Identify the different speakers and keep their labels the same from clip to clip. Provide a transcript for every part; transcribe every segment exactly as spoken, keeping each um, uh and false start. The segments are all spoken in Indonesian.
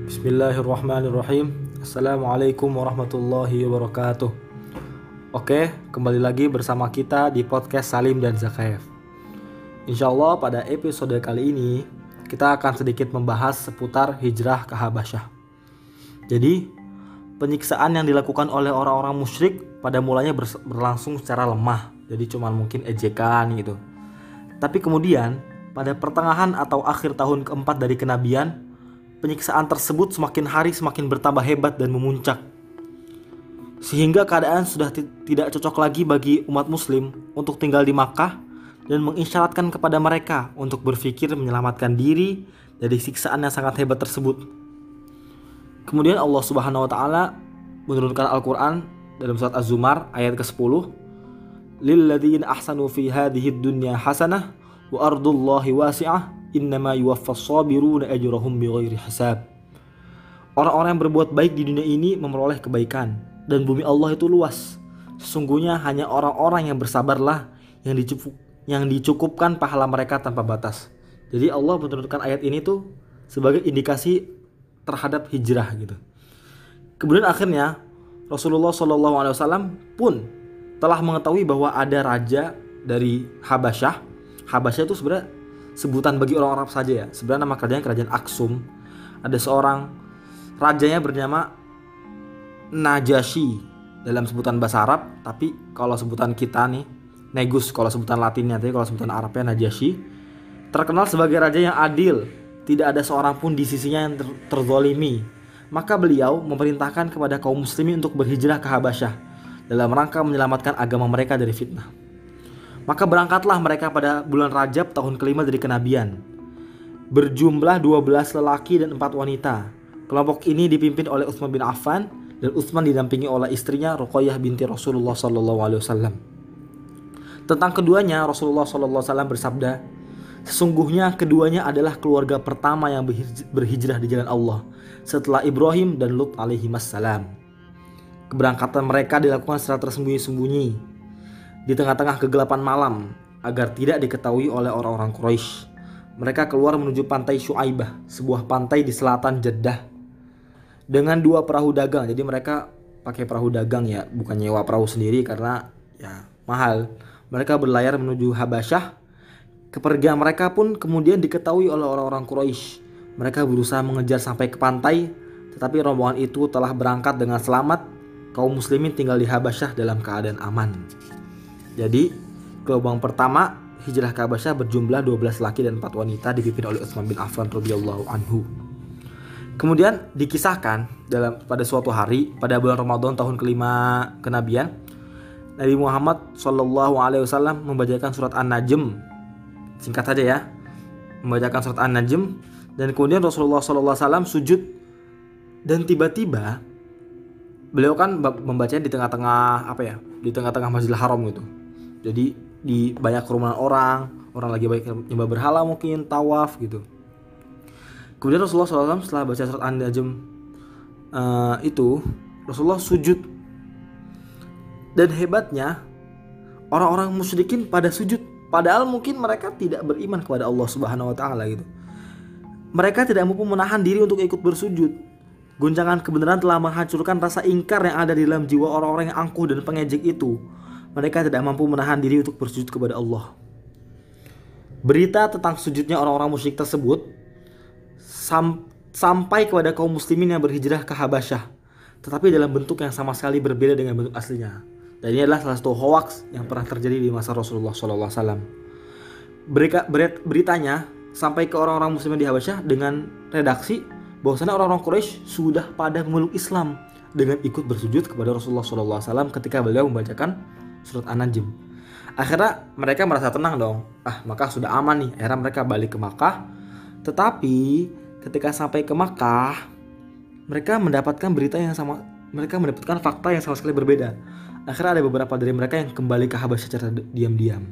Speaker 1: Bismillahirrahmanirrahim. Assalamualaikum warahmatullahi wabarakatuh. Oke, kembali lagi bersama kita di podcast Salim dan Zakaev. Insya Allah pada episode kali ini kita akan sedikit membahas seputar hijrah ke Habasyah. Jadi, penyiksaan yang dilakukan oleh orang-orang musyrik pada mulanya berlangsung secara lemah. Jadi cuma mungkin ejekan gitu. Tapi kemudian pada pertengahan atau akhir tahun keempat dari kenabian, penyiksaan tersebut semakin hari semakin bertambah hebat dan memuncak. Sehingga keadaan sudah t- tidak cocok lagi bagi umat muslim untuk tinggal di Makkah dan mengisyaratkan kepada mereka untuk berpikir menyelamatkan diri dari siksaan yang sangat hebat tersebut. Kemudian Allah Subhanahu wa taala menurunkan Al-Qur'an dalam surat Az-Zumar ayat kesepuluh. Lilladzina ahsanu fi hadhid dunya hasanah wa ardullahi wasi'ah. Innama yuwaffas sabiruna ajrahum bighairi hisab. Orang-orang yang berbuat baik di dunia ini memperoleh kebaikan dan bumi Allah itu luas. Sesungguhnya hanya orang-orang yang bersabarlah yang dicukup, yang dicukupkan pahala mereka tanpa batas. Jadi Allah menurunkan ayat ini tuh sebagai indikasi terhadap hijrah gitu. Kemudian akhirnya Rasulullah shallallahu alaihi wasallam pun telah mengetahui bahwa ada raja dari Habasyah. Habasyah itu sebenarnya sebutan bagi orang Arab saja ya. Sebenarnya nama kerajaannya kerajaan Aksum. Ada seorang rajanya bernama Najasyi dalam sebutan bahasa Arab, tapi kalau sebutan kita nih Negus kalau sebutan Latinnya, tapi kalau sebutan Arabnya Najasyi. Terkenal sebagai raja yang adil, tidak ada seorang pun di sisinya yang ter- terzolimi. Maka beliau memerintahkan kepada kaum muslimin untuk berhijrah ke Habasyah dalam rangka menyelamatkan agama mereka dari fitnah. Maka berangkatlah mereka pada bulan Rajab tahun kelima dari kenabian. Berjumlah dua belas lelaki dan empat wanita. Kelompok ini dipimpin oleh Utsman bin Affan dan Utsman didampingi oleh istrinya Ruqayyah binti Rasulullah sallallahu alaihi wasallam. Tentang keduanya Rasulullah sallallahu alaihi wasallam bersabda, sesungguhnya keduanya adalah keluarga pertama yang berhijrah di jalan Allah setelah Ibrahim dan Lut alaihi wassalam. Keberangkatan mereka dilakukan secara tersembunyi-sembunyi di tengah-tengah kegelapan malam agar tidak diketahui oleh orang-orang Quraisy. Mereka keluar menuju pantai Syuaibah, sebuah pantai di selatan Jeddah, dengan dua perahu dagang. Jadi mereka pakai perahu dagang ya, bukan nyewa perahu sendiri karena ya mahal. Mereka berlayar menuju Habasyah. Kepergian mereka pun kemudian diketahui oleh orang-orang Quraisy. Mereka berusaha mengejar sampai ke pantai, tetapi rombongan itu telah berangkat dengan selamat. Kaum muslimin tinggal di Habasyah dalam keadaan aman. Jadi gelombang pertama hijrah ke Habasyah berjumlah dua belas laki dan empat wanita dipimpin oleh Utsman bin Affan radhiyallahu anhu. Kemudian dikisahkan dalam pada suatu hari pada bulan Ramadan tahun kelima kenabian, Nabi Muhammad shallallahu alaihi wasallam membacakan surat An-Najm. Singkat saja ya. Membacakan surat An-Najm dan kemudian Rasulullah shallallahu alaihi wasallam sujud dan tiba-tiba beliau kan membacanya di tengah-tengah apa ya? Di tengah-tengah Masjidil Haram gitu. Jadi di banyak kerumunan orang, orang lagi baik nyembah berhala mungkin, tawaf gitu. Kemudian Rasulullah shallallahu alaihi wasallam setelah baca surat An-Najm uh, itu, Rasulullah sujud. Dan hebatnya orang-orang musyrikin pada sujud, padahal mungkin mereka tidak beriman kepada Allah Subhanahu wa taala gitu. Mereka tidak mampu menahan diri untuk ikut bersujud. Goncangan kebenaran telah menghancurkan rasa ingkar yang ada di dalam jiwa orang-orang yang angkuh dan pengejek itu. Mereka tidak mampu menahan diri untuk bersujud kepada Allah. Berita tentang sujudnya orang-orang musyrik tersebut sam- sampai kepada kaum muslimin yang berhijrah ke Habasyah, tetapi dalam bentuk yang sama sekali berbeda dengan bentuk aslinya. Dan ini adalah salah satu hoax yang pernah terjadi di masa Rasulullah shallallahu alaihi wasallam. Berita, beritanya sampai ke orang-orang muslimin di Habasyah dengan redaksi bahwasanya orang-orang Quraisy sudah pada memeluk Islam dengan ikut bersujud kepada Rasulullah shallallahu alaihi wasallam ketika beliau membacakan surat An-Najm. Akhirnya mereka merasa tenang dong. Ah, maka sudah aman nih. Akhirnya mereka balik ke Makkah. Tetapi ketika sampai ke Makkah, mereka mendapatkan berita yang sama. Mereka mendapatkan fakta yang sama sekali berbeda. Akhirnya ada beberapa dari mereka yang kembali ke Habasyah secara diam-diam.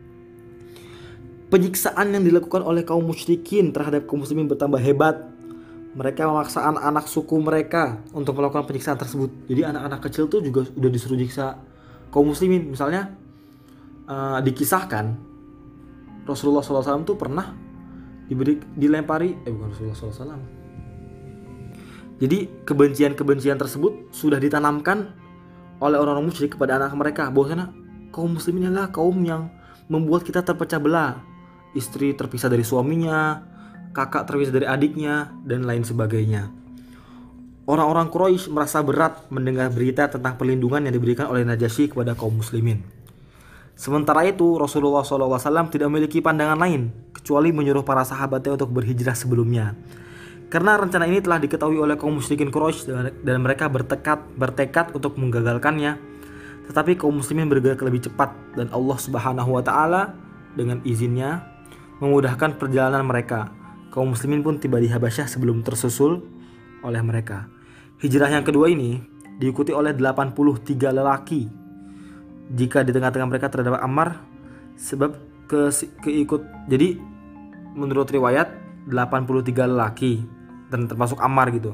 Speaker 1: Penyiksaan yang dilakukan oleh kaum musyrikin terhadap kaum muslimin bertambah hebat. Mereka memaksa anak-anak suku mereka untuk melakukan penyiksaan tersebut. Jadi anak-anak kecil tuh juga udah disuruh nyiksa kaum muslimin. Misalnya uh, dikisahkan Rasulullah shallallahu alaihi wasallam tuh pernah diberi dilempari eh bukan Rasulullah shallallahu alaihi wasallam Jadi kebencian-kebencian tersebut sudah ditanamkan oleh orang-orang musyrik kepada anak mereka, bahwasanya kaum muslimin adalah kaum yang membuat kita terpecah belah. Istri terpisah dari suaminya, kakak terpisah dari adiknya, dan lain sebagainya. Orang-orang Quraisy merasa berat mendengar berita tentang perlindungan yang diberikan oleh Najasyi kepada kaum muslimin. Sementara itu Rasulullah shallallahu alaihi wasallam tidak memiliki pandangan lain kecuali menyuruh para sahabatnya untuk berhijrah sebelumnya. Karena rencana ini telah diketahui oleh kaum musyrikin Quraisy dan mereka bertekad bertekad untuk menggagalkannya. Tetapi kaum muslimin bergerak lebih cepat dan Allah Subhanahu wa taala dengan izinnya memudahkan perjalanan mereka. Kaum muslimin pun tiba di Habasyah sebelum tersusul oleh mereka. Hijrah yang kedua ini diikuti oleh delapan puluh tiga lelaki. Jika di tengah-tengah mereka terdapat Ammar sebab ke, keikut. Jadi menurut riwayat delapan puluh tiga lelaki dan termasuk Ammar gitu.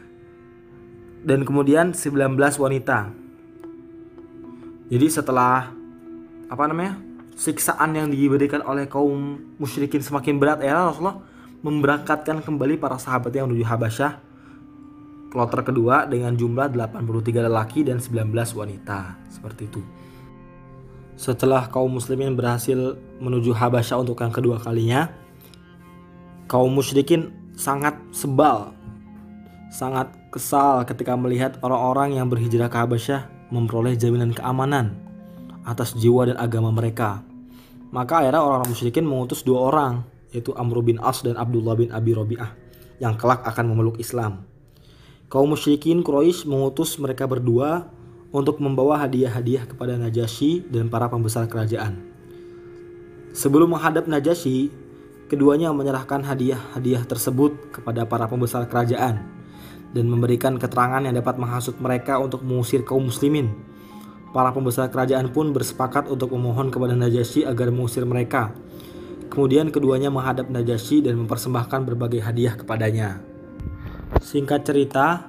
Speaker 1: Dan kemudian sembilan belas wanita. Jadi setelah apa namanya? siksaan yang diberikan oleh kaum musyrikin semakin berat, ya Rasulullah memberangkatkan kembali para sahabat yang menuju Habasyah. Kloter kedua dengan jumlah delapan puluh tiga lelaki dan sembilan belas wanita. Seperti itu. Setelah kaum muslimin berhasil menuju Habasyah untuk yang kedua kalinya, kaum musyrikin sangat sebal, sangat kesal ketika melihat orang-orang yang berhijrah ke Habasyah memperoleh jaminan keamanan atas jiwa dan agama mereka. Maka akhirnya orang-orang musyrikin mengutus dua orang, yaitu Amr bin As dan Abdullah bin Abi Rabi'ah, yang kelak akan memeluk Islam. Kaum musyrikin Quraisy mengutus mereka berdua untuk membawa hadiah-hadiah kepada Najasyi dan para pembesar kerajaan. Sebelum menghadap Najasyi, keduanya menyerahkan hadiah-hadiah tersebut kepada para pembesar kerajaan dan memberikan keterangan yang dapat menghasut mereka untuk mengusir kaum muslimin. Para pembesar kerajaan pun bersepakat untuk memohon kepada Najasyi agar mengusir mereka. Kemudian keduanya menghadap Najasyi dan mempersembahkan berbagai hadiah kepadanya. Singkat cerita,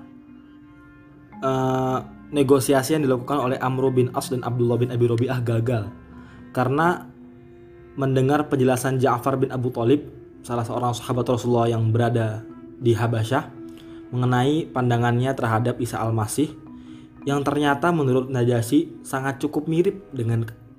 Speaker 1: eh, negosiasi yang dilakukan oleh Amr bin As dan Abdullah bin Abi Rabi'ah gagal karena mendengar penjelasan Ja'far bin Abu Thalib, salah seorang sahabat Rasulullah yang berada di Habasyah, mengenai pandangannya terhadap Isa Al-Masih yang ternyata menurut Najasyi sangat cukup mirip dengan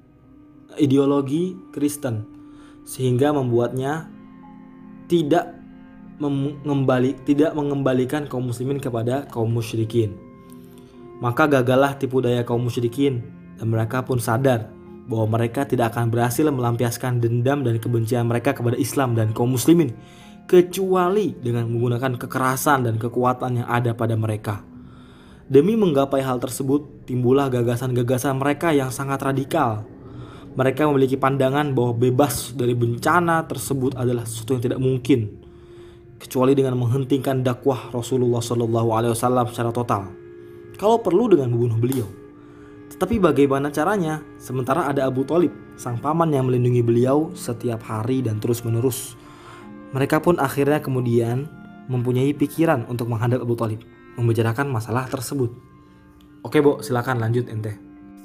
Speaker 1: ideologi Kristen, sehingga membuatnya tidak mengembali, tidak mengembalikan kaum muslimin kepada kaum musyrikin. Maka gagallah tipu daya kaum musyrikin dan mereka pun sadar bahwa mereka tidak akan berhasil melampiaskan dendam dan kebencian mereka kepada Islam dan kaum muslimin kecuali dengan menggunakan kekerasan dan kekuatan yang ada pada mereka. Demi menggapai hal tersebut, timbullah gagasan-gagasan mereka yang sangat radikal. Mereka memiliki pandangan bahwa bebas dari bencana tersebut adalah sesuatu yang tidak mungkin kecuali dengan menghentikan dakwah Rasulullah shallallahu alaihi wasallam secara total. Kalau perlu dengan membunuh beliau. Tetapi bagaimana caranya? Sementara ada Abu Thalib, sang paman yang melindungi beliau setiap hari dan terus menerus. Mereka pun akhirnya kemudian mempunyai pikiran untuk menghadap Abu Thalib, membicarakan masalah tersebut. Oke Bo, silakan lanjut ente.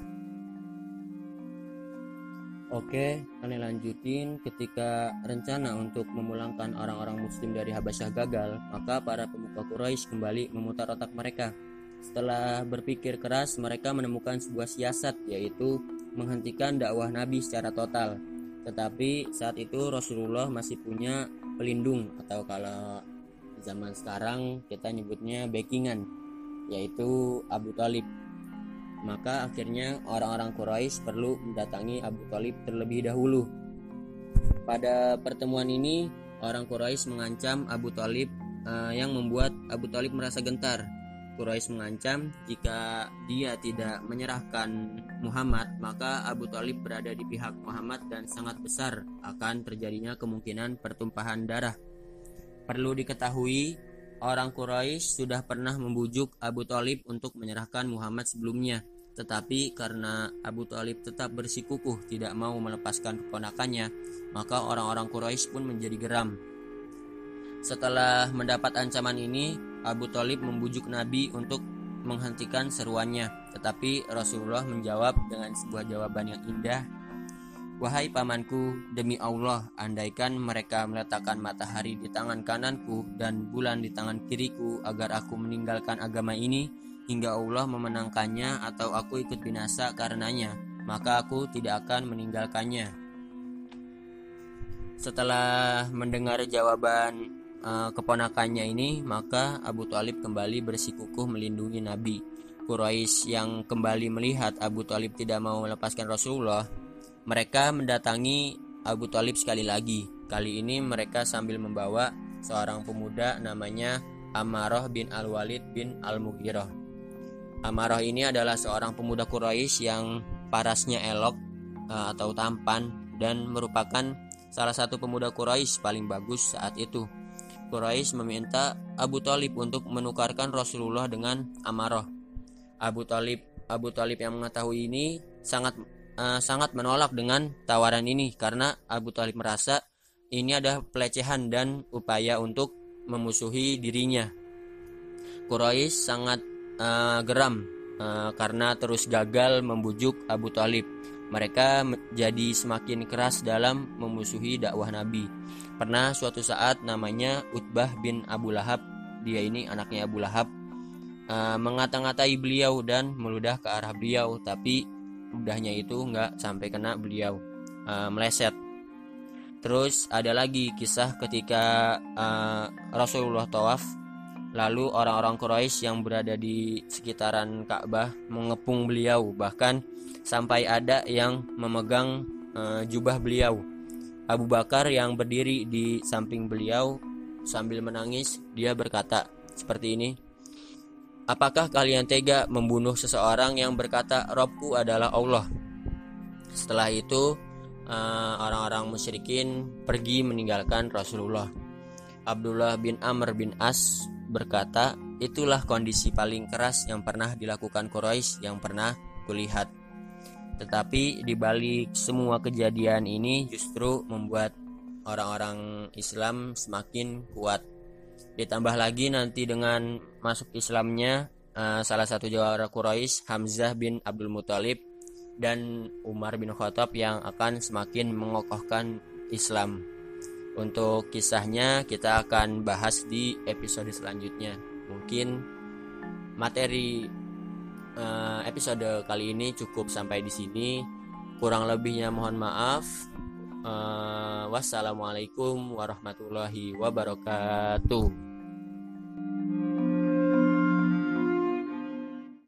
Speaker 2: Oke, kalian lanjutin. Ketika rencana untuk memulangkan orang-orang muslim dari Habasyah gagal, maka para pemuka Quraisy kembali memutar otak mereka. Setelah berpikir keras, mereka menemukan sebuah siasat, yaitu menghentikan dakwah Nabi secara total. Tetapi saat itu Rasulullah masih punya pelindung, atau kalau zaman sekarang kita nyebutnya backingan, yaitu Abu Thalib. Maka akhirnya orang-orang Quraisy perlu mendatangi Abu Thalib terlebih dahulu. Pada pertemuan ini, orang Quraisy mengancam Abu Thalib, eh, yang membuat Abu Thalib merasa gentar. Quraisy mengancam jika dia tidak menyerahkan Muhammad, maka Abu Thalib berada di pihak Muhammad dan sangat besar akan terjadinya kemungkinan pertumpahan darah. Perlu diketahui, orang Quraisy sudah pernah membujuk Abu Thalib untuk menyerahkan Muhammad sebelumnya, tetapi karena Abu Thalib tetap bersikukuh tidak mau melepaskan keponakannya, maka orang-orang Quraisy pun menjadi geram. Setelah mendapat ancaman ini, Abu Thalib membujuk Nabi untuk menghentikan seruannya, tetapi Rasulullah menjawab dengan sebuah jawaban yang indah. "Wahai pamanku, demi Allah, andaikan mereka meletakkan matahari di tangan kananku dan bulan di tangan kiriku agar aku meninggalkan agama ini hingga Allah memenangkannya atau aku ikut binasa karenanya, maka aku tidak akan meninggalkannya." Setelah mendengar jawaban uh, keponakannya ini, maka Abu Thalib kembali bersikukuh melindungi Nabi. Quraisy yang kembali melihat Abu Thalib tidak mau melepaskan Rasulullah, mereka mendatangi Abu Thalib sekali lagi. Kali ini mereka sambil membawa seorang pemuda namanya Ammarah bin Al-Walid bin Al-Mughirah. Ammarah ini adalah seorang pemuda Quraisy yang parasnya elok uh, atau tampan dan merupakan salah satu pemuda Quraisy paling bagus saat itu. Quraisy meminta Abu Thalib untuk menukarkan Rasulullah dengan Ammarah. Abu Thalib Abu Thalib yang mengetahui ini sangat uh, sangat menolak dengan tawaran ini karena Abu Thalib merasa ini ada pelecehan dan upaya untuk memusuhi dirinya. Quraisy sangat uh, geram uh, karena terus gagal membujuk Abu Thalib. Mereka menjadi semakin keras dalam memusuhi dakwah Nabi. Pernah suatu saat namanya Utbah bin Abu Lahab, dia ini anaknya Abu Lahab, uh, mengata-ngatai beliau dan meludah ke arah beliau, tapi ludahnya itu nggak sampai kena beliau, uh, meleset. Terus ada lagi kisah ketika uh, Rasulullah tawaf, lalu orang-orang Quraisy yang berada di sekitaran Ka'bah mengepung beliau, bahkan sampai ada yang memegang uh, jubah beliau. Abu Bakar yang berdiri di samping beliau sambil menangis, dia berkata seperti ini, "Apakah kalian tega membunuh seseorang yang berkata Robku adalah Allah?" Setelah itu uh, orang-orang musyrikin pergi meninggalkan Rasulullah. Abdullah bin Amr bin As berkata, "Itulah kondisi paling keras yang pernah dilakukan Quraisy yang pernah kulihat." Tetapi di balik semua kejadian ini justru membuat orang-orang Islam semakin kuat. Ditambah lagi nanti dengan masuk Islamnya uh, salah satu jawara Quraisy, Hamzah bin Abdul Muthalib dan Umar bin Khattab yang akan semakin mengokohkan Islam. Untuk kisahnya kita akan bahas di episode selanjutnya. Mungkin materi episode kali ini cukup sampai di sini. Kurang lebihnya mohon maaf. Uh, wassalamualaikum warahmatullahi wabarakatuh.